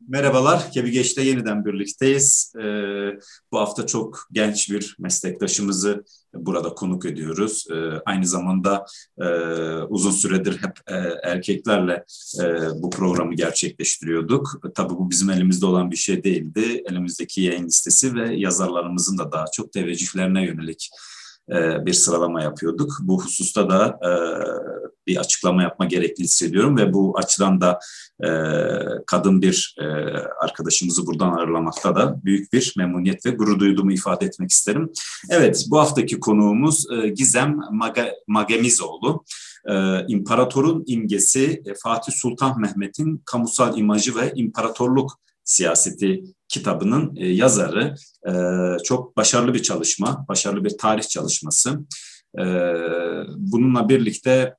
Merhabalar, Kebigeç'te yeniden birlikteyiz. Bu hafta çok genç bir meslektaşımızı burada konuk ediyoruz. Aynı zamanda uzun süredir hep erkeklerle bu programı gerçekleştiriyorduk. Tabii bu bizim elimizde olan bir şey değildi. Elimizdeki yayın listesi ve yazarlarımızın da daha çok teveccühlerine yönelik bir sıralama yapıyorduk. Bu hususta da bir açıklama yapma gerekli hissediyorum ve bu açıdan da kadın bir arkadaşımızı buradan ağırlamakta da büyük bir memnuniyet ve gurur duyduğumu ifade etmek isterim. Evet, bu haftaki konuğumuz Gizem Magemizoğlu. İmparatorun imgesi Fatih Sultan Mehmet'in kamusal imajı ve imparatorluk siyaseti kitabının yazarı. Çok başarılı bir çalışma, başarılı bir tarih çalışması. Bununla birlikte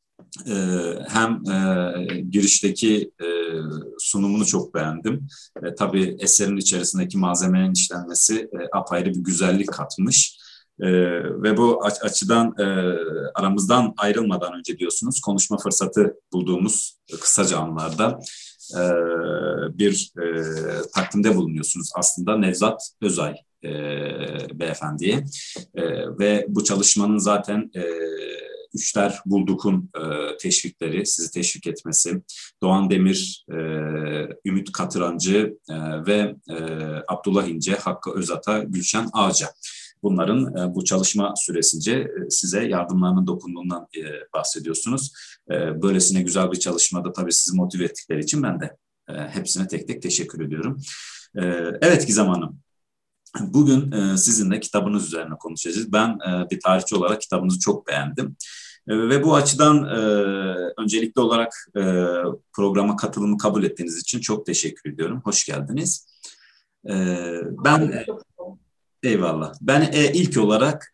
hem girişteki sunumunu çok beğendim. Tabii eserin içerisindeki malzemenin işlenmesi apayrı bir güzellik katmış. Ve bu açıdan aramızdan ayrılmadan önce diyorsunuz konuşma fırsatı bulduğumuz kısaca anlarda bir takdimde bulunuyorsunuz aslında Nevzat Özay beyefendiye ve bu çalışmanın zaten Üçler Bulduk'un teşvikleri, sizi teşvik etmesi, Doğan Demir, Ümit Katırancı ve Abdullah İnce, Hakkı Özata, Gülşen Ağca. Bunların bu çalışma süresince size yardımlarının dokunduğundan bahsediyorsunuz. Böylesine güzel bir çalışmada tabii sizi motive ettikleri için ben de hepsine tek tek teşekkür ediyorum. Evet Gizem Hanım, bugün sizinle kitabınız üzerine konuşacağız. Ben bir tarihçi olarak kitabınızı çok beğendim. Ve bu açıdan öncelikli olarak programa katılımı kabul ettiğiniz için çok teşekkür ediyorum. Hoş geldiniz. Ben eyvallah. Ben ilk olarak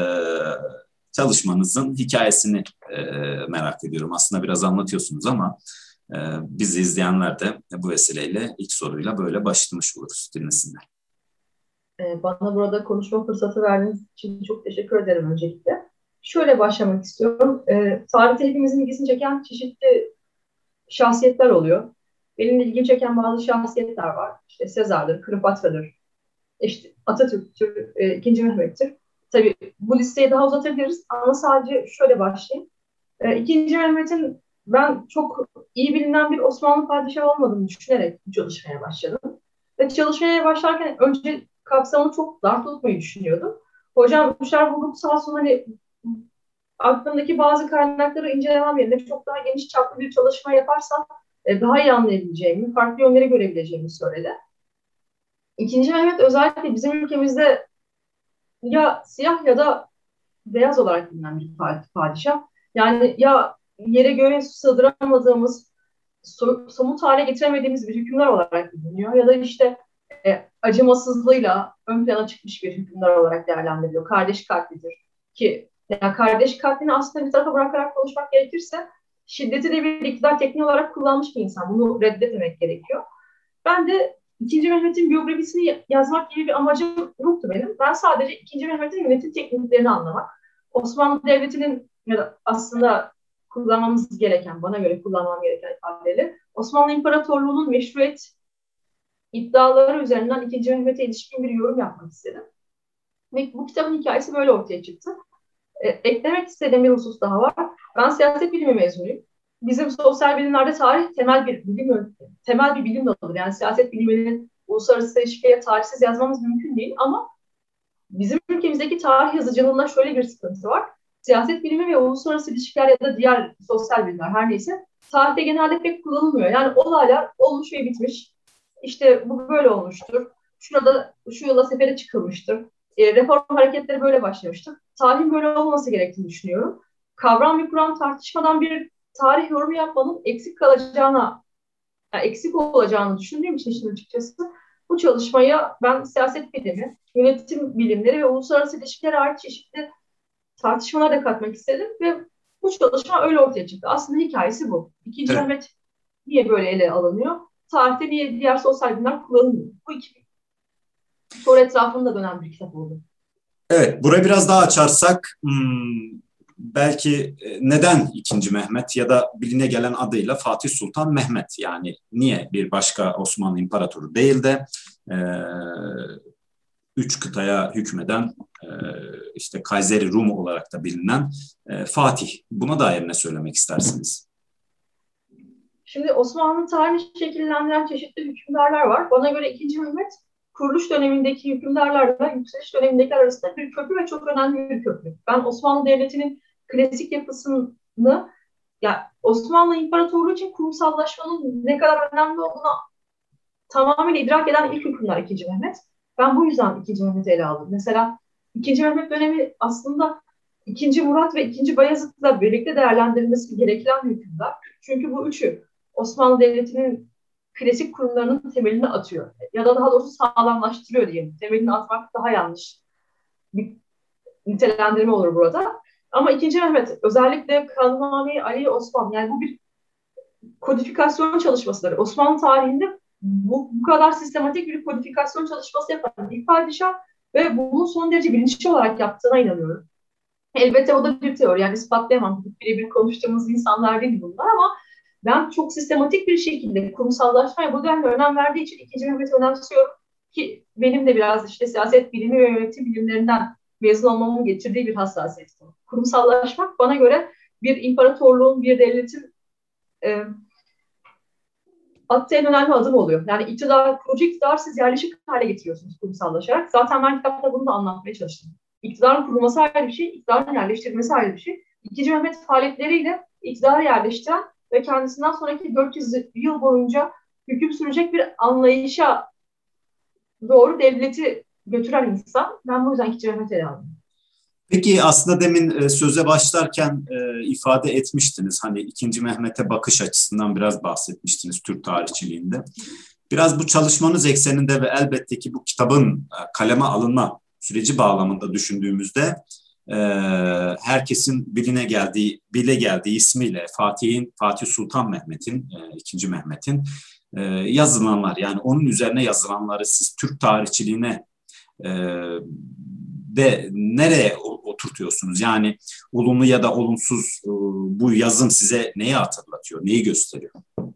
çalışmanızın hikayesini merak ediyorum. Aslında biraz anlatıyorsunuz ama bizi izleyenler de bu vesileyle ilk soruyla böyle başlamış oluruz, dinlesinler. Bana burada konuşma fırsatı verdiğiniz için çok teşekkür ederim öncelikle. Şöyle başlamak istiyorum. Tarihte hepimizin ilgisini çeken çeşitli şahsiyetler oluyor. Benim de ilgimi çeken bazı şahsiyetler var. İşte Sezar'dır, Kleopatra'dır, işte Atatürk'tür, II. Mehmet'tir. Tabii bu listeyi daha uzatabiliriz ama sadece şöyle başlayayım. II. Mehmet'in ben çok iyi bilinen bir Osmanlı padişahı olmadığını düşünerek bu çalışmaya başladım. Ve çalışmaya başlarken önce kapsamını çok dar tutmayı düşünüyordum. Hocam Üçler Bulduk sağ olsun hani aklımdaki bazı kaynakları incelemem yerine çok daha geniş çaplı bir çalışma yaparsam daha iyi anlayabileceğimi, farklı yönleri görebileceğimi söyledi. II. Mehmet özellikle bizim ülkemizde ya siyah ya da beyaz olarak bilinen bir padişah. Yani ya yere göğe sığdıramadığımız, somut hale getiremediğimiz bir hükümdar olarak biliniyor ya da işte acımasızlığıyla ön plana çıkmış bir hükümdar olarak değerlendiriliyor. Kardeş katlidir ki yani kardeş katlini aslında bir tarafa bırakarak konuşmak gerekirse şiddeti de bir iktidar tekniği olarak kullanmış bir insan. Bunu reddetmemek gerekiyor. Ben de II. Mehmet'in biyografisini yazmak gibi bir amacım yoktu benim. Ben sadece II. Mehmet'in yönetim tekniklerini anlamak. Osmanlı Devleti'nin ya da aslında kullanmamız gereken, bana göre kullanmam gereken ifadeleri, Osmanlı İmparatorluğu'nun meşruiyet iddiaları üzerinden II. Mehmet'e ilişkin bir yorum yapmak istedim. Ve bu kitabın hikayesi böyle ortaya çıktı. Eklemek istediğim bir husus daha var. Ben siyaset bilimi mezunuyum. Bizim sosyal bilimlerde tarih temel bir bilim dalıdır. Yani siyaset biliminin uluslararası ilişkiye tarihsiz yazmamız mümkün değil ama bizim ülkemizdeki tarih yazıcılığında şöyle bir sıkıntı var. Siyaset bilimi ve uluslararası ilişkiler ya da diğer sosyal bilimler her neyse tarihte genelde pek kullanılmıyor. Yani olaylar olmuş ve bitmiş. İşte bu böyle olmuştur. Şurada şu yola sefere çıkılmıştır. Reform hareketleri böyle başlamıştır. Tarihin böyle olması gerektiğini düşünüyorum. Kavram ve kuram tartışmadan bir tarih yorumu yapmanın eksik olacağını düşündüğüm için şimdi açıkçası bu çalışmaya ben siyaset bilimi, yönetim bilimleri ve uluslararası ilişkilere ait çeşitli tartışmalar da katmak istedim ve bu çalışma öyle ortaya çıktı. Aslında hikayesi bu. II. Evet. Mehmet niye böyle ele alınıyor? Tarihte niye diğer sosyal bilimler kullanılmıyor? Bu iki soru etrafında dönen bir kitap oldu. Evet, burayı biraz daha açarsak, belki neden II. Mehmet ya da biline gelen adıyla Fatih Sultan Mehmet, yani niye bir başka Osmanlı İmparatoru değil de e, üç kıtaya hükmeden işte Kayseri Rum olarak da bilinen Fatih. Buna dair ne söylemek istersiniz? Şimdi Osmanlı tarihini şekillendiren çeşitli hükümdarlar var. Bana göre II. Mehmet kuruluş dönemindeki hükümdarlarla yükseliş dönemindeki arasında bir köprü ve çok önemli bir köprü. Ben Osmanlı Devleti'nin klasik yapısını, ya Osmanlı İmparatorluğu için kurumsallaşmanın ne kadar önemli olduğunu tamamıyla idrak eden ilk hükümdar II. Mehmet. Ben bu yüzden II. Mehmet'i ele aldım. Mesela II. Mehmet dönemi aslında II. Murat ve II. Bayezid'le birlikte değerlendirilmesi gereken bir hükümdar. Çünkü bu üçü Osmanlı Devleti'nin klasik kurumlarının temelini atıyor. Ya da daha doğrusu sağlamlaştırıyor diyelim. Temelini atmak daha yanlış bir nitelendirme olur burada. Ama II. Mehmet özellikle Kanuni Ali Osman, yani bu bir kodifikasyon çalışmasıdır. Osmanlı tarihinde bu kadar sistematik bir kodifikasyon çalışması yapan bir padişah ve bunu son derece bilinçli olarak yaptığına inanıyorum. Elbette o da bir teori, yani ispatlayamam. Birebir konuştuğumuz insanlar değil bunlar, ama ben çok sistematik bir şekilde kurumsallaşmaya bu denli önem verdiği için II. Mehmet'i önemsiyorum ki benim de biraz işte siyaset bilimi ve yönetim bilimlerinden mezun olmamın getirdiği bir hassasiyet. Kurumsallaşmak bana göre bir imparatorluğun, bir devletin attığı en önemli adım oluyor. Yani kurucu iktidarı siz yerleşik hale getiriyorsunuz kurumsallaşarak. Zaten ben kitapta bunu da anlatmaya çalıştım. İktidarın kurulması ayrı bir şey, iktidarın yerleştirilmesi ayrı bir şey. II. Mehmet faaliyetleriyle iktidarı yerleştiren ve kendisinden sonraki 400 yıl boyunca hüküm sürecek bir anlayışa doğru devleti götüren insan. Ben bu yüzden II. Mehmet'i ele aldım. Peki aslında demin söze başlarken ifade etmiştiniz. Hani II. Mehmet'e bakış açısından biraz bahsetmiştiniz Türk tarihçiliğinde. Biraz bu çalışmanız ekseninde ve elbette ki bu kitabın kaleme alınma süreci bağlamında düşündüğümüzde herkesin bile geldiği ismiyle Fatih Sultan Mehmet'in, II. Mehmet'in yazılanlar, yani onun üzerine yazılanları siz Türk tarihçiliğine de nereye oturtuyorsunuz? Yani olumlu ya da olumsuz bu yazım size neyi hatırlatıyor, neyi gösteriyor?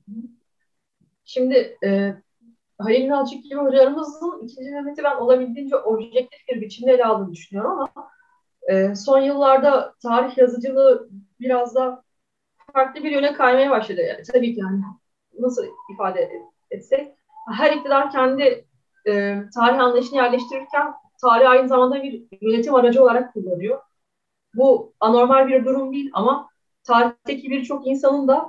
Şimdi Halil Nalçık gibi hocalarımızın II. Mehmet'i ben olabildiğince objektif bir biçimde ele aldığını düşünüyorum, ama son yıllarda tarih yazıcılığı biraz da farklı bir yöne kaymaya başladı. Yani, tabii ki yani nasıl ifade etsek, her iktidar kendi tarih anlayışını yerleştirirken tarih aynı zamanda bir yönetim aracı olarak kullanıyor. Bu anormal bir durum değil, ama tarihteki birçok insanın da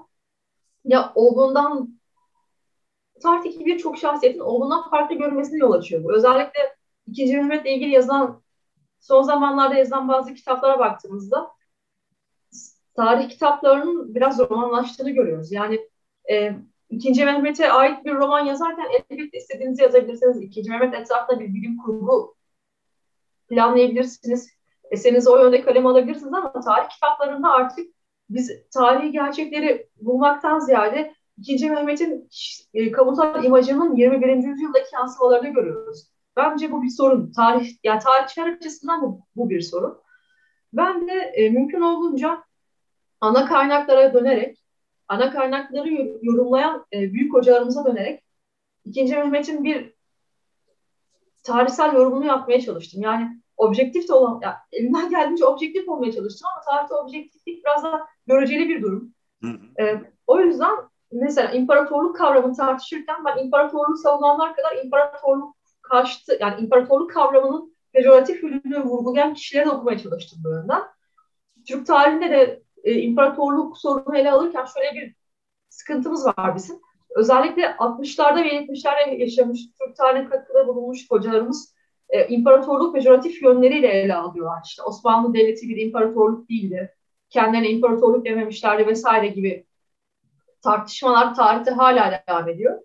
tarihteki birçok şahsiyetin olduğundan farklı görmesine yol açıyor bu. Özellikle II. Mehmet'le ilgili son zamanlarda yazılan bazı kitaplara baktığımızda tarih kitaplarının biraz romanlaştığını görüyoruz. Yani II. Mehmet'e ait bir roman yazarken elbette istediğinizi yazabilirsiniz. II. Mehmet etrafında bir bilim kurgu planlayabilirsiniz. Eserinizi o yönde kaleme alabilirsiniz, ama tarih kitaplarında artık biz tarihi gerçekleri bulmaktan ziyade II. Mehmet'in kamusal imajının 21. yüzyıldaki yansımalarını görüyoruz. Bence bu bir sorun. Yani tarihçiler açısından bu bir sorun. Ben de mümkün olduğunca ana kaynaklara dönerek, ana kaynakları yorumlayan büyük hocalarımıza dönerek II. Mehmet'in bir tarihsel yorumunu yapmaya çalıştım. Yani objektif de olan, yani elimden geldiğince objektif olmaya çalıştım, ama tarihte objektiflik biraz da göreceli bir durum. O yüzden mesela imparatorluk kavramını tartışırken ben imparatorluğu savunanlar kadar imparatorluk karşıtı, yani imparatorluk kavramının pejoratif yönünü vurgulayan kişileri de okumaya çalıştım bu yönden. Türk tarihinde de imparatorluk sorunu ele alırken şöyle bir sıkıntımız var bizim. Özellikle 60'larda ve 70'lerde yaşamış, Türk tarihine katkıda bulunmuş hocalarımız imparatorluk pejoratif yönleriyle ele alıyorlar. İşte Osmanlı Devleti bir imparatorluk değildi, kendilerine imparatorluk dememişlerdi vesaire gibi tartışmalar tarihte hala devam ediyor.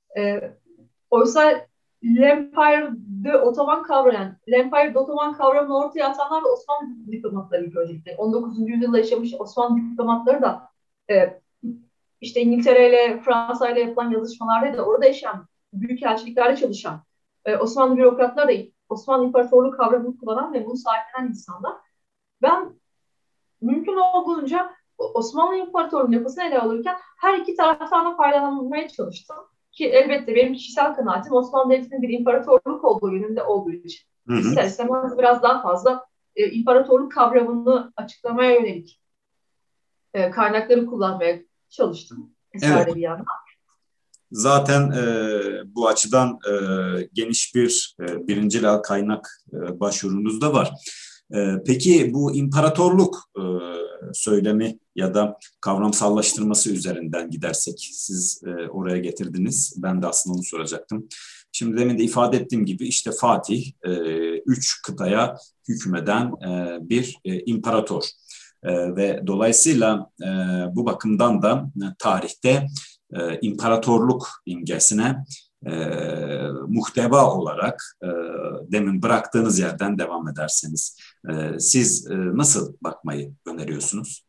Oysa L'Empire de Ottoman kavramı, yani L'Empire de Ottoman kavramını ortaya atanlar da Osmanlı diplomatları ilk öncelikle. 19. yüzyılda yaşamış Osmanlı diplomatları da işte İngiltere ile Fransa ile yapılan yazışmalarda da orada yaşayan, büyükelçiliklerde çalışan Osmanlı bürokratlar da Osmanlı İmparatorluğu kavramını kullanan ve bunu sahiplenen insanlar. Ben mümkün olduğunca Osmanlı İmparatorluğu'nun yapısını ele alırken her iki taraftan da faydalanmaya çalıştım. Ki elbette benim kişisel kanaatim Osmanlı Devleti'nin bir imparatorluk olduğu yönünde olduğu için Hı hı. ister istemez biraz daha fazla imparatorluk kavramını açıklamaya yönelik kaynakları kullanmaya çalıştım Evet. eserde bir yandan. Zaten bu açıdan geniş bir birincil kaynak başvurunuz da var. Peki bu imparatorluk söylemi ya da kavramsallaştırması üzerinden gidersek, siz oraya getirdiniz. Ben de aslında onu soracaktım. Şimdi demin de ifade ettiğim gibi işte Fatih 3 kıtaya hükmeden bir imparator. Ve dolayısıyla bu bakımdan da tarihte imparatorluk imgesine muhteva olarak demin bıraktığınız yerden devam ederseniz siz nasıl bakmayı öneriyorsunuz?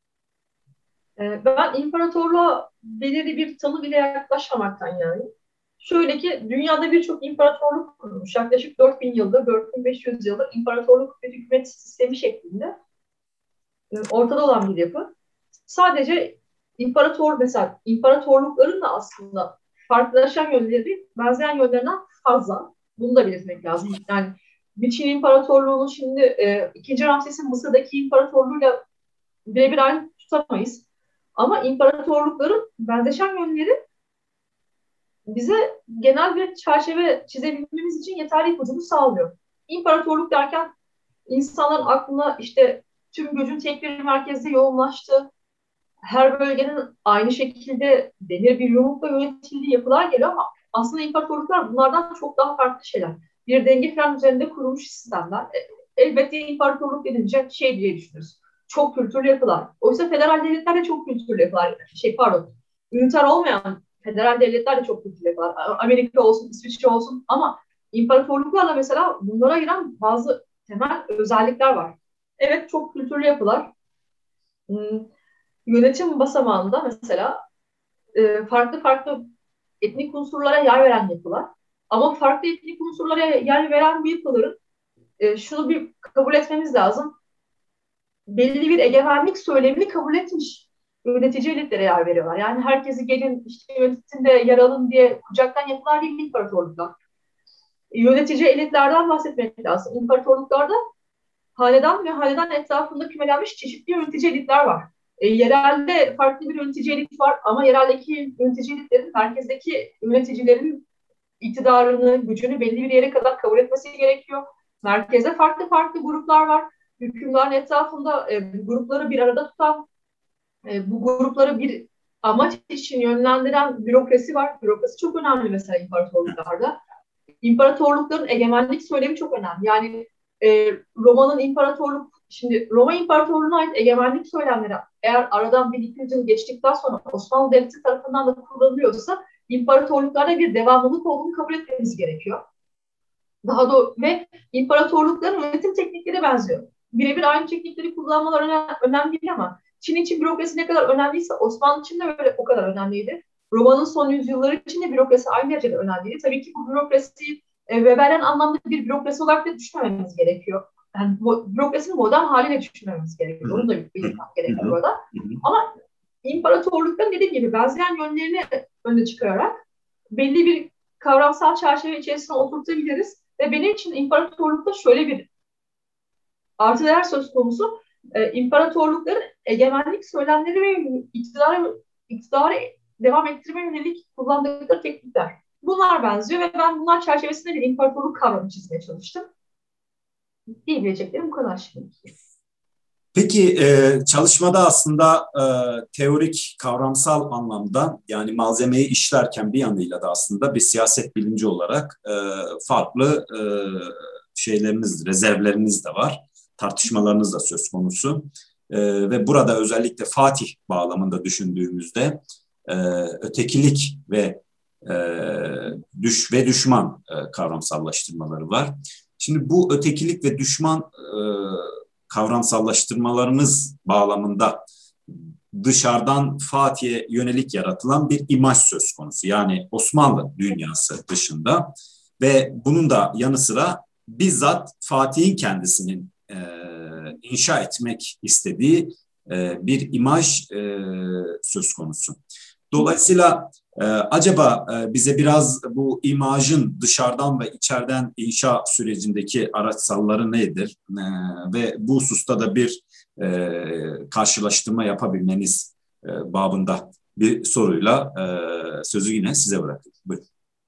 Ben imparatorluğa belirli bir tanı bile yaklaşmamaktan yani. Şöyle ki dünyada birçok imparatorluk kurulmuş. Yaklaşık 4000 yıldır, 4500 yıldır imparatorluk ve hükümet sistemi şeklinde ortada olan bir yapı. Sadece mesela imparatorlukların da aslında farklılaşan yönleri benzeyen yönlerinden fazla. Bunu da belirtmek lazım. Yani bir Çin İmparatorluğu'nu şimdi 2. Ramses'in Mısır'daki imparatorluğuyla birebir aynı tutamayız. Ama imparatorlukların benzeşen yönleri bize genel bir çerçeve çizebilmemiz için yeterli ipucunu sağlıyor. İmparatorluk derken insanların aklına işte tüm gücün tek bir merkezde yoğunlaştığı, her bölgenin aynı şekilde demir bir yumrukla yönetildiği yapılar geliyor ama aslında imparatorluklar bunlardan çok daha farklı şeyler. Bir denge falan üzerinde kurulmuş sistemler. Elbette imparatorluk denince şey diye düşünürüz. Çok kültürlü yapılar. Oysa federal devletler de çok kültürlü yapılar. Üniter olmayan federal devletler de çok kültürlü yapılar. Amerika olsun, İsviçre olsun ama imparatorluklarla mesela bunlara ayıran bazı temel özellikler var. Evet, çok kültürlü yapılar. Yönetim basamağında mesela farklı farklı etnik unsurlara yer veren yapılar. Ama farklı etnik unsurlara yer veren bu yapıların şunu bir kabul etmemiz lazım. Belli bir egemenlik söylemini kabul etmiş yönetici elitlere yer veriyorlar. Yani herkesi gelin işte yönetimde yer alın diye kucaktan yapılar değil imparatorluklar. Yönetici elitlerden bahsetmek lazım. İmparatorluklarda hanedan ve hanedan etrafında kümelenmiş çeşitli yönetici elitler var. Yerelde farklı bir yönetici elit var ama yereldeki yönetici elitlerin merkezdeki yöneticilerin iktidarını, gücünü belli bir yere kadar kabul etmesi gerekiyor. Merkezde farklı farklı gruplar var. Hükümdarın etrafında bu grupları bir arada tutan, bu grupları bir amaç için yönlendiren bürokrasi var. Bürokrasi çok önemli mesela imparatorluklarda. İmparatorlukların egemenlik söylemi çok önemli. Yani Roma'nın şimdi Roma İmparatorluğu'na ait egemenlik söylemleri eğer aradan 1200 yıl geçtikten sonra Osmanlı Devleti tarafından da kullanılıyorsa imparatorluklarda bir devamlılık olduğunu kabul etmemiz gerekiyor. Ve imparatorlukların yönetim teknikleri benziyor. Birebir aynı teknikleri kullanmaları önemli değil ama Çin için bürokrasi ne kadar önemliyse Osmanlı için de öyle o kadar önemliydi. Roma'nın son yüzyılları için de bürokrasi aynı derecede önemliydi. Tabii ki bu bürokrasiyi Weberian anlamda bir bürokrasi olarak da düşünmememiz gerekiyor. Yani bürokrasinin modern haliyle düşünmememiz gerekiyor. Onu da belirtmem gerekiyor burada. Ama imparatorlukların dediğim gibi benzeyen yönlerini öne çıkararak belli bir kavramsal çerçeve içerisine oturtabiliriz. Ve benim için imparatorlukta şöyle bir artı değer söz konusu. İmparatorlukların egemenlik söylemleri ve iktidarı devam ettirme yönelik kullandıkları teknikler. Bunlar benziyor ve ben bunlar çerçevesinde bir imparatorluk kavramı çizmeye çalıştım. Diyebileceklerim bu kadar şimdi. Peki çalışmada aslında teorik, kavramsal anlamda yani malzemeyi işlerken bir yanıyla da aslında bir siyaset bilimci olarak farklı şeyleriniz, rezervleriniz de var. Tartışmalarınız da söz konusu. Ve burada özellikle Fatih bağlamında düşündüğümüzde ötekilik ve düşman kavramsallaştırmaları var. Şimdi bu ötekilik ve düşman kavramsallaştırmalarımız bağlamında dışarıdan Fatih'e yönelik yaratılan bir imaj söz konusu. Yani Osmanlı dünyası dışında ve bunun da yanı sıra bizzat Fatih'in kendisinin inşa etmek istediği bir imaj söz konusu. Dolayısıyla acaba bize biraz bu imajın dışarıdan ve içeriden inşa sürecindeki araçsalları nedir? Ve bu hususta da bir karşılaştırma yapabilmeniz babında bir soruyla sözü yine size bırakıyorum. Buyurun.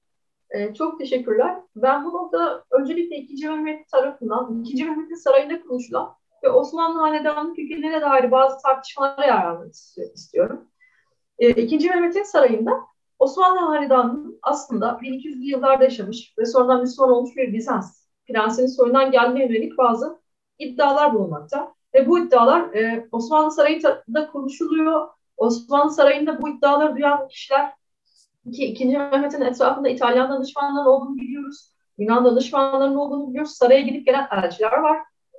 Çok teşekkürler. Ben bu noktada öncelikle II. Mehmet tarafından, II. Mehmet'in sarayında konuşulan ve Osmanlı Hanedanı'nın kökenine dair bazı tartışmalara yer vermek istiyorum. II. Mehmet'in sarayında Osmanlı Hanedanı'nın aslında 1200'lü yıllarda yaşamış ve sonradan Müslüman olmuş bir Bizans prensinin soyundan geldiğine yönelik bazı iddialar bulunmakta. Ve bu iddialar Osmanlı Sarayı'nda konuşuluyor. Osmanlı Sarayı'nda bu iddiaları duyan kişiler ki II. Mehmet'in etrafında İtalyan danışmanların olduğunu biliyoruz. Yunan danışmanların olduğunu biliyoruz. Saraya gidip gelen elçiler var.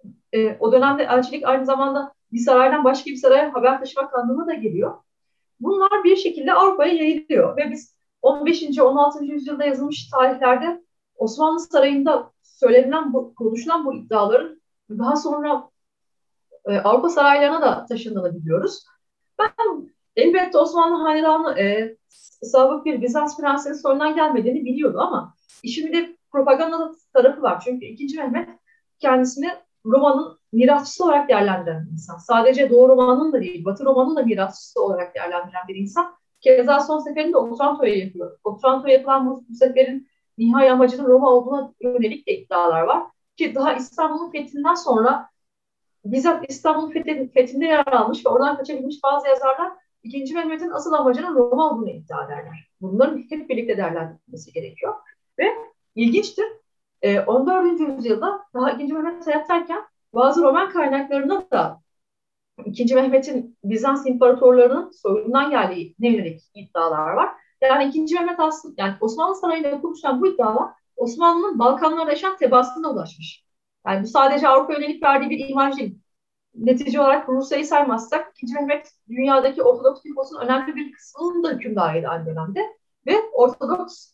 O dönemde elçilik aynı zamanda bir saraydan başka bir saraya haber taşımak anlamına da geliyor. Bunlar bir şekilde Avrupa'ya yayılıyor ve biz 15. 16. yüzyılda yazılmış tarihlerde Osmanlı Sarayı'nda söylenen, konuşulan bu iddiaların daha sonra Avrupa saraylarına da taşındığını biliyoruz. Ben elbette Osmanlı Hanedanı sabık bir Bizans prensinin soyundan gelmediğini biliyordu ama işin bir de propaganda tarafı var. Çünkü II. Mehmet kendisini Roma'nın mirasçısı olarak değerlendiren bir insan. Sadece Doğu Roma'nın da değil, Batı Roma'nın da mirasçısı olarak değerlendiren bir insan. Keza son seferinde Otranto'ya yapılıyor. Otranto'ya yapılan bu seferin nihai amacının Roma olduğuna yönelik de iddialar var. Ki daha İstanbul'un fethinden sonra bizzat İstanbul'un fethinde yer almış ve oradan kaçabilmiş bazı yazarlar II. Mehmet'in asıl amacının Roma olduğunu iddia ederler. Bunların hep birlikte değerlendirilmesi gerekiyor. Ve ilginçtir, 14. yüzyılda daha II. Mehmet hayattayken bazı Roman kaynaklarında da II. Mehmet'in Bizans imparatorlarının soyundan geldiğine yönelik iddialar var. Yani II. Mehmet aslında, yani Osmanlı Sarayı'nda konuşulan bu iddialar Osmanlı'nın Balkanlarda yaşayan tebaasına ulaşmış. Yani bu sadece Avrupa yönelik verdiği bir imaj değil. Netice olarak Rusya'yı saymazsak II. Mehmet dünyadaki Ortodoks nüfusun önemli bir kısmının da hükümdarıydı aynı dönemde. Ve Ortodoks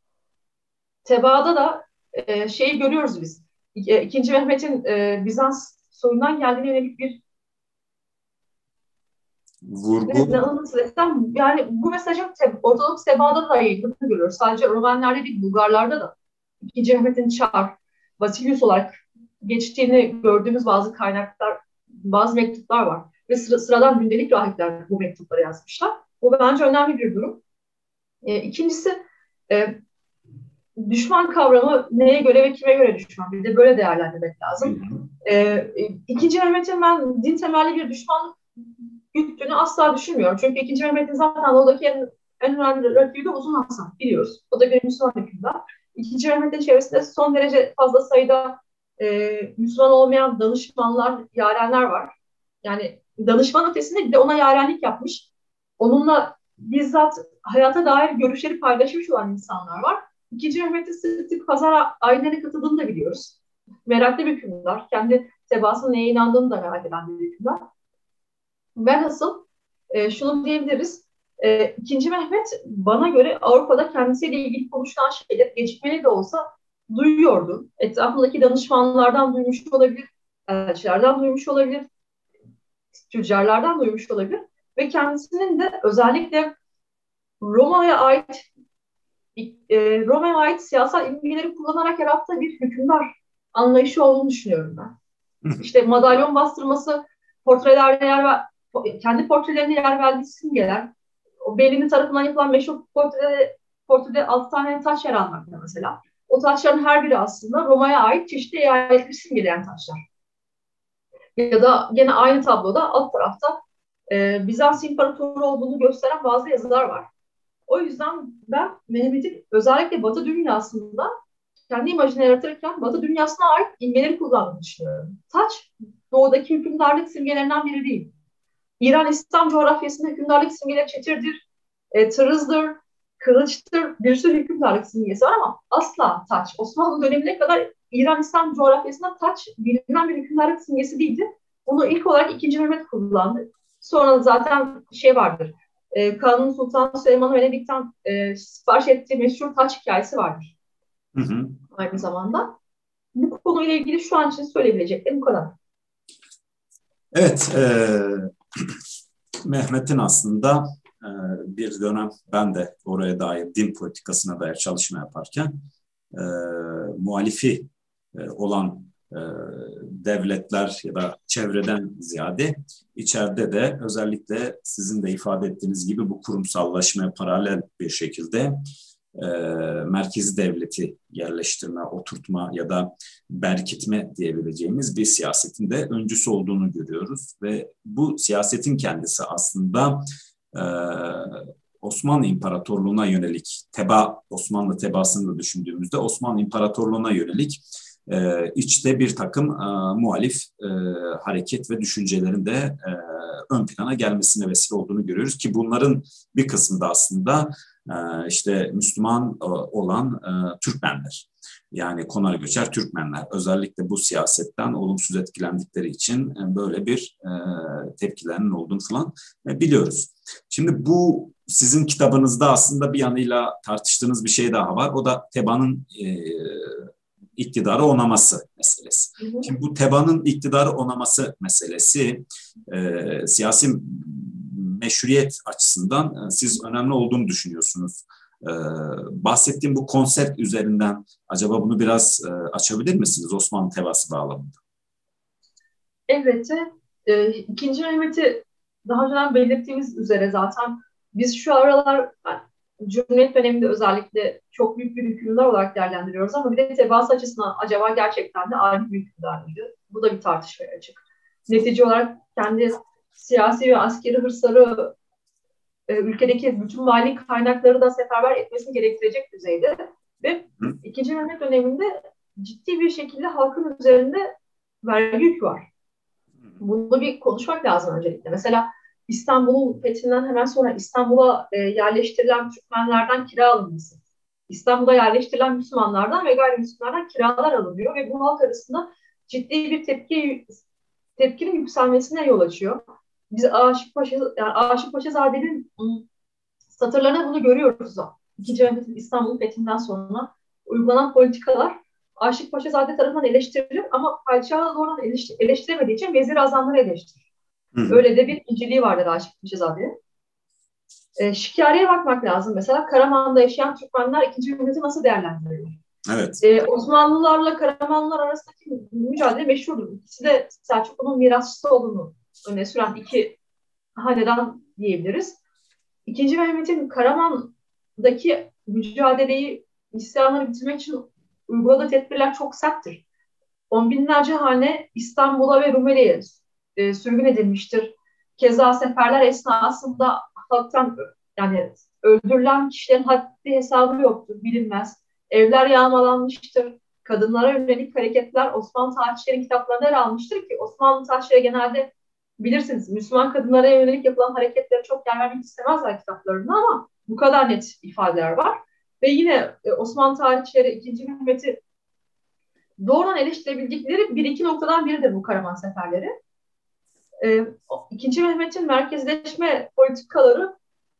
tebaada da şeyi görüyoruz biz. II. Mehmet'in Bizans soyundan geldiğine yönelik bir Vurgu. nasıl desem, yani bu mesajın Ortodoks tebaada da yayıldığını görüyoruz. Sadece Romanlarda değil, Bulgarlarda da II. Mehmet'in Çar, Vasilius olarak geçtiğini gördüğümüz bazı kaynaklar, bazı mektuplar var. Ve sıradan gündelik rahipler bu mektupları yazmışlar. Bu bence önemli bir durum. İkincisi, düşman kavramı neye göre ve kime göre düşman? Bir de böyle değerlendirmek lazım. II. Mehmet'in ben din temelli bir düşmanlık güttüğünü asla düşünmüyorum. Çünkü II. Mehmet'in zaten oradaki en önemli rakibi de Uzun Hasan, biliyoruz. O da bir Müslüman hükümdar. II. Mehmet'in çevresinde son derece fazla sayıda Müslüman olmayan danışmanlar, yarenler var. Yani danışman ötesinde bir de ona yarenlik yapmış. Onunla bizzat hayata dair görüşleri paylaşmış olan insanlar var. II. Mehmet'in sık sık pazar ayinlerine katıldığını da biliyoruz. Meraklı bir hükümdar. Kendi tebaasının neye inandığını da merak eden bir hükümdar. Velhasıl şunu diyebiliriz. II. Mehmet bana göre Avrupa'da kendisiyle ilgili konuşulan şeyler gecikmeli de olsa duyuyordu. Etrafındaki danışmanlardan duymuş olabilir, elçilerden duymuş olabilir, tüccarlardan duymuş olabilir ve kendisinin de özellikle Roma'ya ait siyasal imgeleri kullanarak yarattığı bir hükümdar anlayışı olduğunu düşünüyorum ben. İşte madalyon bastırması, portrelerde kendi portrelerine yer verdiği simgeler, o Bellini tarafından yapılan meşhur portrede 6 tane taş yer almakta mesela. O taşların her biri aslında Roma'ya ait çeşitli eyaletleri simgeleyen taşlar. Ya da gene aynı tabloda alt tarafta Bizans İmparatoru olduğunu gösteren bazı yazılar var. O yüzden ben Mehmet'in özellikle Batı dünyasında kendi imajını yaratırken Batı dünyasına ait imgeleri kullandığını düşünüyorum. Taç, doğudaki hükümdarlık simgelerinden biri değil. İran-İslam coğrafyasında hükümdarlık simgeleri çetirdir, tırızdır, kılıçtır, bir sürü hükümdarlık simgesi var ama asla taç. Osmanlı dönemine kadar İran-İslam coğrafyasında taç bilinen bir hükümdarlık simgesi değildi. Bunu ilk olarak II. Mehmet kullandı. Sonra zaten şey vardır, Kanuni Sultan Süleyman Venedik'ten sipariş ettiği meşhur taç hikayesi vardır. Hı hı. Aynı zamanda. Bu konuyla ilgili şu an için söyleyebileceklerim bu kadar. Evet, Mehmet'in aslında bir dönem ben de oraya dair din politikasına dair çalışma yaparken e, muhalifi olan devletler ya da çevreden ziyade içeride de özellikle sizin de ifade ettiğiniz gibi bu kurumsallaşmaya paralel bir şekilde e, merkezi devleti yerleştirme, oturtma ya da berkitme diyebileceğimiz bir siyasetin de öncüsü olduğunu görüyoruz. Ve bu siyasetin kendisi aslında e, Osmanlı İmparatorluğu'na yönelik, Osmanlı tebaasını da düşündüğümüzde Osmanlı İmparatorluğu'na yönelik içte bir takım muhalif hareket ve düşüncelerin de ön plana gelmesine vesile olduğunu görüyoruz ki bunların bir kısmı da aslında işte Müslüman olan Türkmenler. Yani konar göçer Türkmenler özellikle bu siyasetten olumsuz etkilendikleri için böyle bir tepkilerinin olduğunu falan biliyoruz. Şimdi bu sizin kitabınızda aslında bir yanıyla tartıştığınız bir şey daha var. O da tebaanın iktidarı onaması meselesi. Hı hı. Şimdi bu tebaanın iktidarı onaması meselesi siyasi meşruiyet açısından siz önemli olduğunu düşünüyorsunuz. Bahsettiğim bu konsept üzerinden acaba bunu biraz açabilir misiniz Osmanlı tebaası bağlamında? Elbette. İkinci Mehmet'i daha önceden belirttiğimiz üzere zaten biz şu aralar Cumhuriyet döneminde özellikle çok büyük bir hükümdar olarak değerlendiriyoruz ama bir de tebaası açısından acaba gerçekten de adil bir hükümdar mıydı? Bu da bir tartışmaya açık. Netice olarak kendi siyasi ve askeri hırsları ülkedeki bütün mali kaynakları da seferber etmesini gerektirecek düzeyde ve Hı? ikinci Mehmet döneminde ciddi bir şekilde halkın üzerinde vergi yükü var. Bunu bir konuşmak lazım öncelikle. Mesela İstanbul'un fethinden hemen sonra İstanbul'a yerleştirilen Türkmenlerden kira alınması. İstanbul'a yerleştirilen Müslümanlardan ve gayrimüslimlerden kiralar alınıyor ve bu halk arasında ciddi bir tepkinin yükselmesine yol açıyor. Biz Aşık Paşazade'nin satırlarına bunu görüyoruz. İkinci Mehmet'in İstanbul'un fethinden sonra uygulanan politikalar Aşık Paşazade tarafından eleştirilir ama padişahı doğrudan eleştiremediği için vezir azamları eleştirir. Hı. Öyle de bir inceliği vardır Aşık Paşazade'nin. Şikariye bakmak lazım. Mesela Karaman'da yaşayan Türkmenler ikinci Mehmet'i nasıl değerlendiriyor? Evet. Osmanlılarla Karamanlılar arasındaki mücadele meşhurdur. İkisi de Selçuklu'nun mirasçısı olduğunu öne süren iki hanedan diyebiliriz. İkinci Mehmet'in Karaman'daki mücadeleyi, isyanları bitirmek için uyguladığı tedbirler çok serttir. On binlerce hane İstanbul'a ve Rumeli'ye sürgün edilmiştir. Keza seferler esnasında halktan yani öldürülen kişilerin haddi hesabı yoktur, bilinmez. Evler yağmalanmıştır. Kadınlara yönelik hareketler Osmanlı tarihçilerin kitaplarında yer almıştır ki Osmanlı tarihçileri genelde bilirsiniz Müslüman kadınlara yönelik yapılan hareketlere çok yer vermek istemezler kitaplarında ama bu kadar net ifadeler var. Ve yine Osmanlı tarihçileri 2. Mehmet'i doğrudan eleştirebildikleri bir iki noktadan biri de bu Karaman seferleri. E, 2. Mehmet'in merkezleşme politikaları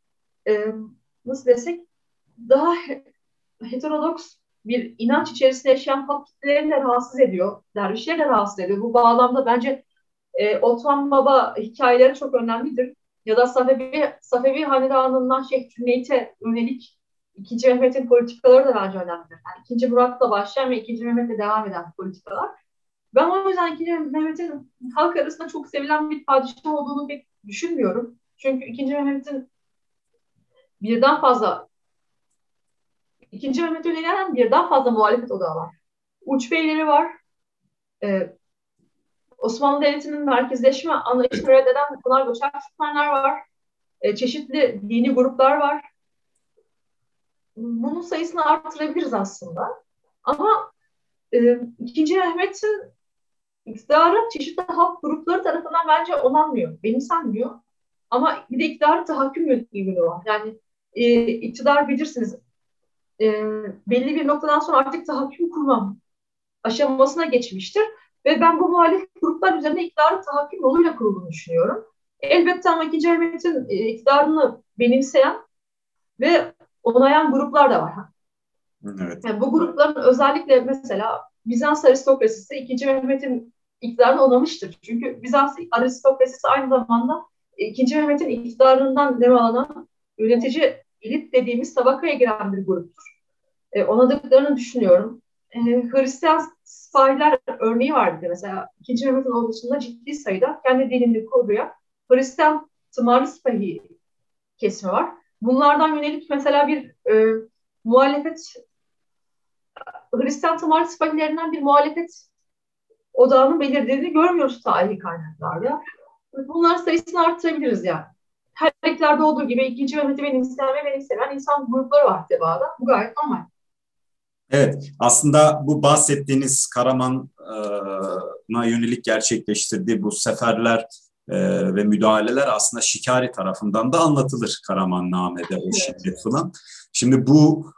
nasıl desek daha heterodoks bir inanç içerisinde yaşayan halk kitlelerini de rahatsız ediyor. Dervişleri de rahatsız ediyor. Bu bağlamda bence Osman Baba hikayeleri çok önemlidir. Ya da Safevi Hanedanı'ndan Şeyh Cüneyt'e yönelik 2. Mehmet'in politikaları da bence önemlidir. Yani 2. Murat'la başlayan ve 2. Mehmet'le devam eden politikalar. Ben o yüzden 2. Mehmet'in halk arasında çok sevilen bir padişah olduğunu pek düşünmüyorum. Çünkü 2. Mehmet'in birden fazla 2. Mehmet'e yönelen birden fazla muhalefet odağı var. Uç beyleri var. Ee, Osmanlı Devleti'nin merkezleşme anlayışını reddeden konar göçer Türkmenler var. Çeşitli dini gruplar var. Bunun sayısını artırabiliriz aslında. Ama 2. Mehmet'in iktidarı çeşitli halk grupları tarafından bence onanmıyor, benimsenmiyor. Ama bir de iktidarın tahakküm yönü var. Yani iktidar bilirsiniz belli bir noktadan sonra artık tahakküm kurma aşamasına geçmiştir. Ve ben bu muhalif gruplar üzerine iktidarın tahakküm yoluyla kurulduğunu düşünüyorum. Elbette ama 2. Mehmet'in iktidarını benimseyen ve onayan gruplar da var. Evet. Yani bu grupların özellikle mesela Bizans aristokrasisi 2. Mehmet'in iktidarını onamıştır. Çünkü Bizans aristokrasisi aynı zamanda II. Mehmet'in iktidarından nemalanan yönetici elit dediğimiz tabakaya giren bir gruptur. Onadıklarını düşünüyorum. Hristiyan sipahiler örneği vardı mesela. II. Mehmet'in ordusunda ciddi sayıda kendi dinini koruyan Hristiyan tımarlı sipahi kesimi var. Bunlardan yönelik mesela bir muhalefet, Hristiyan tımarlı sipahilerinden bir muhalefet odağının belirdiğini görmüyoruz tarihi kaynaklarda. Bunların sayısını arttırabiliriz yani. Her ülkelerde olduğu gibi II. Mehmet'i benimseyen ve benimsemeyen insan grupları var tebaada. Bu gayet normal. Evet, aslında bu bahsettiğiniz Karaman'a yönelik gerçekleştirdiği bu seferler ve müdahaleler aslında Şikari tarafından da anlatılır Karamanname'de, o şiddet falan. Şimdi bu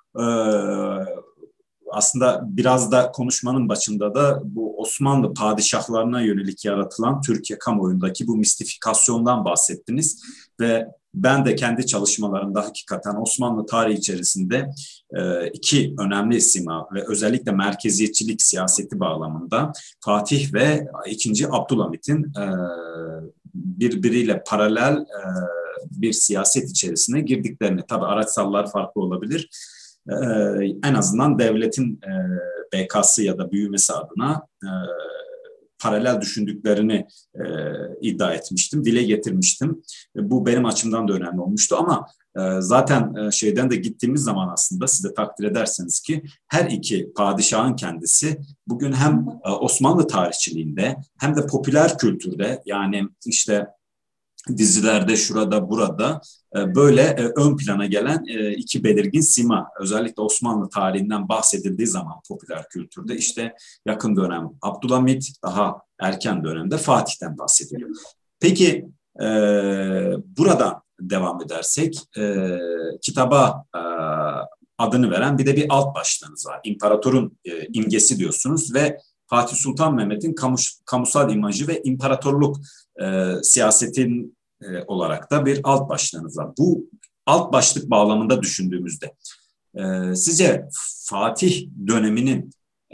aslında biraz da konuşmanın başında da bu Osmanlı padişahlarına yönelik yaratılan Türkiye kamuoyundaki bu mistifikasyondan bahsettiniz ve ben de kendi çalışmalarımda hakikaten Osmanlı tarihi içerisinde iki önemli sima ve özellikle merkeziyetçilik siyaseti bağlamında Fatih ve II. Abdülhamit'in birbiriyle paralel bir siyaset içerisine girdiklerini, tabii araçsallar farklı olabilir, en azından devletin BK'sı ya da büyümesi adına paralel düşündüklerini iddia etmiştim, dile getirmiştim. Bu benim açımdan da önemli olmuştu ama zaten şeyden de gittiğimiz zaman aslında siz de takdir ederseniz ki her iki padişahın kendisi bugün hem Osmanlı tarihçiliğinde hem de popüler kültürde, yani işte dizilerde, şurada, burada böyle ön plana gelen iki belirgin sima. Özellikle Osmanlı tarihinden bahsedildiği zaman popüler kültürde işte yakın dönem Abdülhamit, daha erken dönemde Fatih'ten bahsediliyor. Peki buradan devam edersek kitaba adını veren bir de bir alt başlığınız var. İmparatorun imgesi diyorsunuz ve Fatih Sultan Mehmet'in kamusal imajı ve imparatorluk siyasetin olarak da bir alt başlığınız var. Bu alt başlık bağlamında düşündüğümüzde sizce Fatih döneminin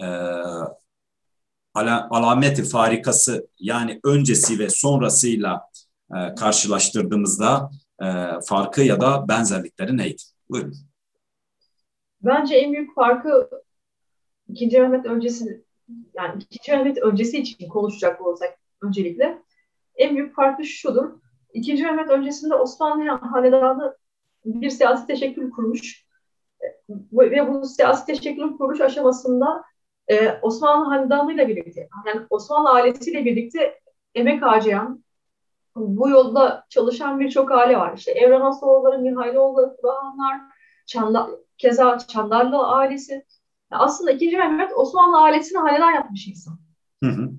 alameti farikası, yani öncesi ve sonrasıyla karşılaştırdığımızda farkı ya da benzerlikleri neydi? Buyurun. Bence en büyük farkı II. Mehmet öncesi, yani II. Mehmet öncesi için konuşacak olursak öncelikle en büyük farkı şudur. II. Mehmet öncesinde Osmanlı Hanedanı bir siyasi teşekkül kurmuş ve bu siyasi teşekkülün kuruluş aşamasında Osmanlı Hanedanı ile birlikte, yani Osmanlı ailesiyle birlikte emek harcayan, bu yolda çalışan birçok aile var. İşte Evren Aslıoğulları, Mihailoğulları, Turahanlar, keza Çandarlı ailesi. Yani aslında II. Mehmet Osmanlı ailesini hanedan yapmış insan. Hı hı.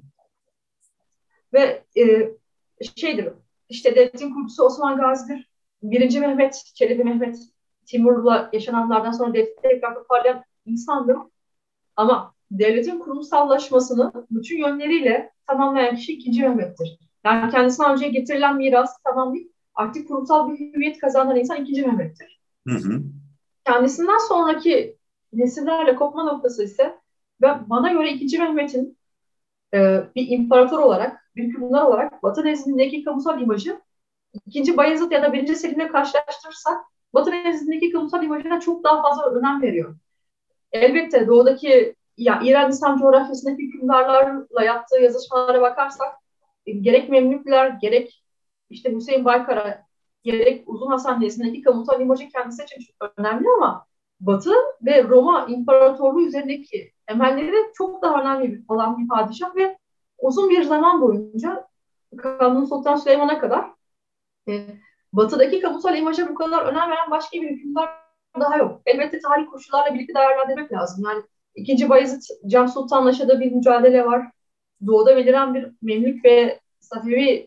Ve şeydir, işte devletin kurucusu Osman Gazi'dir. I. Mehmet, Çelebi Mehmet, Timur'la yaşananlardan sonra devleti tekrar toparlayan insandır. Ama devletin kurumsallaşmasını bütün yönleriyle tamamlayan kişi II. Mehmet'tir. Yani kendisine önce getirilen miras tamamlayıp artık kurumsal bir hüviyet kazanan insan II. Mehmet'tir. Hı hı. Kendisinden sonraki nesillerle kopma noktası ise bana göre II. Mehmet'in bir imparator olarak, bir hükümdar olarak Batı nezdindeki kamusal imajı II. Bayezid ya da I. Selim'le karşılaştırırsak Batı nezdindeki kamusal imajına çok daha fazla önem veriyor. Elbette doğudaki İran İslam coğrafyasındaki hükümdarlarla yaptığı yazışmalara bakarsak gerek Memlükler, gerek işte Hüseyin Baykar'a, gerek Uzun Hasan nezdindeki kamusal imajı kendisi için çok önemli ama Batı ve Roma İmparatorluğu üzerindeki emelleri çok daha önemli olan bir padişah ve uzun bir zaman boyunca Kanuni Sultan Süleyman'a kadar Batı'daki kamusal imaja bu kadar önem veren başka bir hükümdar daha yok. Elbette tarih koşullarla birlikte değerlendirmek lazım. Yani II. Bayezid Cem Sultan'la yaşadığı bir mücadele var. Doğuda beliren bir Memlük ve Safevi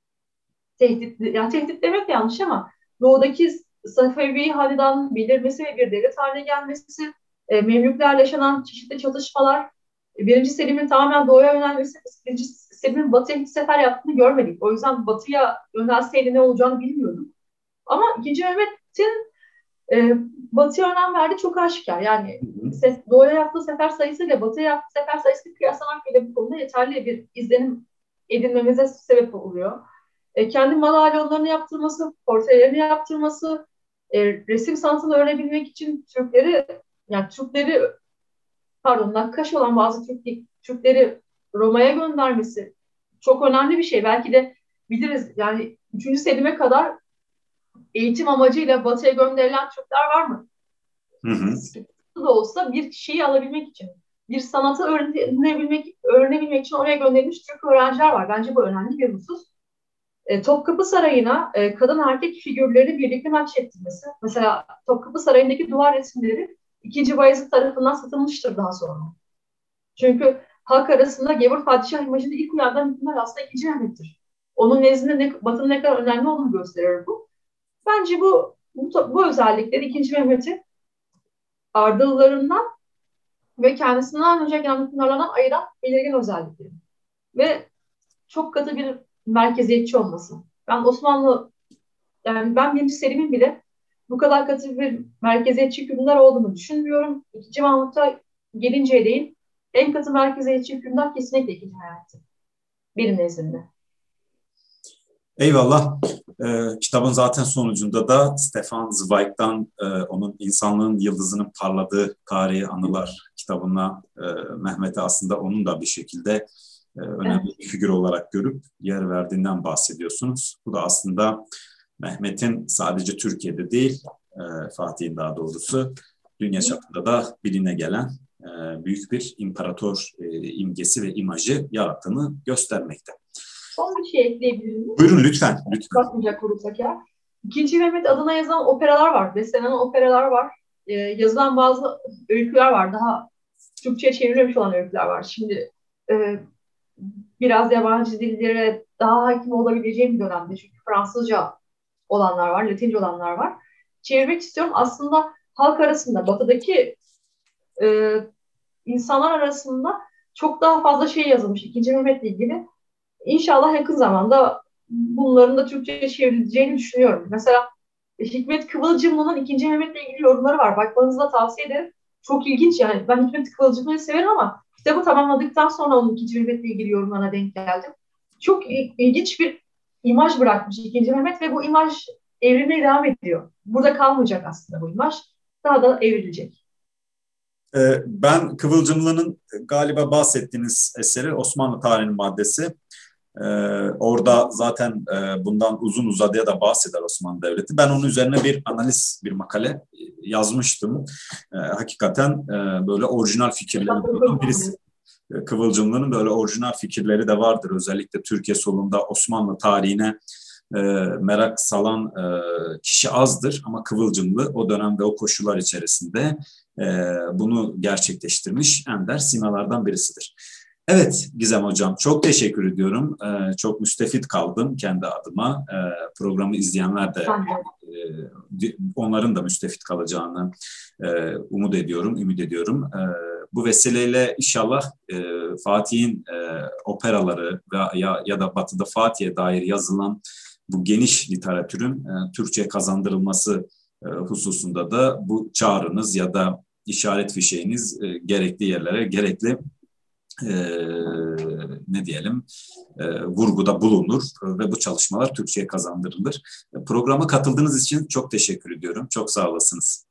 tehdit demek de yanlış ama doğudaki Safevi hanedanın belirmesi ve bir devlet haline gelmesi, Memlüklerle yaşanan çeşitli çatışmalar, I. Selim'in tamamen doğuya yönelmesi, I. Selim'in batıya hiç sefer yaptığını görmedik. O yüzden batıya yönelseydi ne olacağını bilmiyordum. Ama II. Mehmet'in E, Batı'ya önem verdi çok aşikar. Yani Doğu'ya yaptığı sefer sayısıyla Batı'ya yaptığı sefer sayısını kıyaslamak bile bu konuda yeterli bir izlenim edinmemize sebep oluyor. Kendi madalyonlarını yaptırması, portrelerini yaptırması, resim sanatını öğrenebilmek için Türkleri, pardon, nakkaş olan bazı Türkleri Roma'ya göndermesi çok önemli bir şey. Belki de biliriz yani 3. Selim'e kadar eğitim amacıyla Batı'ya gönderilen Türkler var mı? Hı hı. Da olsa bir şeyi alabilmek için, bir sanatı öğrenebilmek için oraya gönderilmiş Türk öğrenciler var. Bence bu önemli bir husus. Topkapı Sarayı'na kadın erkek figürleri birlikte nakşettirmesi. Mesela Topkapı Sarayı'ndaki duvar resimleri II. Bayezid tarafından satılmıştır daha sonra. Çünkü halk arasında Gevur Padişah imajını ilk uyaran hükümdar aslında II. Mehmet'tir. Onun nezdinde Batı'nın ne kadar önemli olduğunu gösterir bu. Bence bu özellikleri II. Mehmet'i ardıllarından ve kendisinden önce gelen hükümdarlardan ayıran belirgin özellikleri. Ve çok katı bir merkeziyetçi olması. Ben birinci Selim'in bile bu kadar katı bir merkeziyetçi hükümdar olduğunu düşünmüyorum. İkinci Mahmut'a gelinceye değil, en katı merkeziyetçi hükümdar kesinlikle ikinci Mehmet'ti. Benim nezdimde. Eyvallah. Kitabın zaten sonucunda da Stefan Zweig'dan onun insanlığın yıldızının parladığı tarihi anılar kitabına Mehmet'e aslında onun da bir şekilde önemli bir figür olarak görüp yer verdiğinden bahsediyorsunuz. Bu da aslında Mehmet'in sadece Türkiye'de değil, Fatih'in daha doğrusu dünya çapında da biline gelen büyük bir imparator imgesi ve imajı yarattığını göstermekte. Son bir şey ekleyebilir miyim? Buyurun lütfen. Bakmayacak olursak ya. II. Mehmet adına yazılan operalar var. Bestelenen operalar var. Yazılan bazı öyküler var. Daha Türkçe'ye çevrilmemiş olan öyküler var. Şimdi biraz yabancı dillere daha hakim olabileceğim bir dönemde. Çünkü Fransızca olanlar var, Latince olanlar var. Çevirmek istiyorum. Aslında halk arasında, batıdaki insanlar arasında çok daha fazla şey yazılmış II. Mehmet'le ilgili. İnşallah yakın zamanda bunların da Türkçe'ye çevrileceğini düşünüyorum. Mesela Hikmet Kıvılcımlı'nın II. Mehmet'le ilgili yorumları var. Bakmanızı da tavsiye ederim. Çok ilginç yani. Ben Hikmet Kıvılcımlı'yı severim ama kitabı tamamladıktan sonra onun II. Mehmet'le ilgili yorumlarına denk geldim. Çok ilginç bir imaj bırakmış II. Mehmet ve bu imaj evrilmeye devam ediyor. Burada kalmayacak aslında bu imaj. Daha da evrilecek. Ben Kıvılcımlı'nın galiba bahsettiğiniz eseri Osmanlı Tarihinin Maddesi. Orada zaten bundan uzun uzadıya da bahseder Osmanlı Devleti. Ben onun üzerine bir analiz, bir makale yazmıştım. Hakikaten böyle orijinal fikirlerin birisi. Kıvılcımlı'nın böyle orijinal fikirleri de vardır. Özellikle Türkiye solunda Osmanlı tarihine merak salan kişi azdır. Ama Kıvılcımlı o dönemde o koşullar içerisinde bunu gerçekleştirmiş ender simalardan birisidir. Evet Gizem Hocam, çok teşekkür ediyorum. Çok müstefit kaldım kendi adıma. Programı izleyenler de onların da müstefit kalacağını ümit ediyorum. Bu vesileyle inşallah Fatih'in operaları ya da Batı'da Fatih'e dair yazılan bu geniş literatürün Türkçe kazandırılması hususunda da bu çağrınız ya da işaret fişeğiniz gerekli yerlere, gerekli vurguda bulunur ve bu çalışmalar Türkçe'ye kazandırılır. Programa katıldığınız için çok teşekkür ediyorum. Çok sağ olasınız.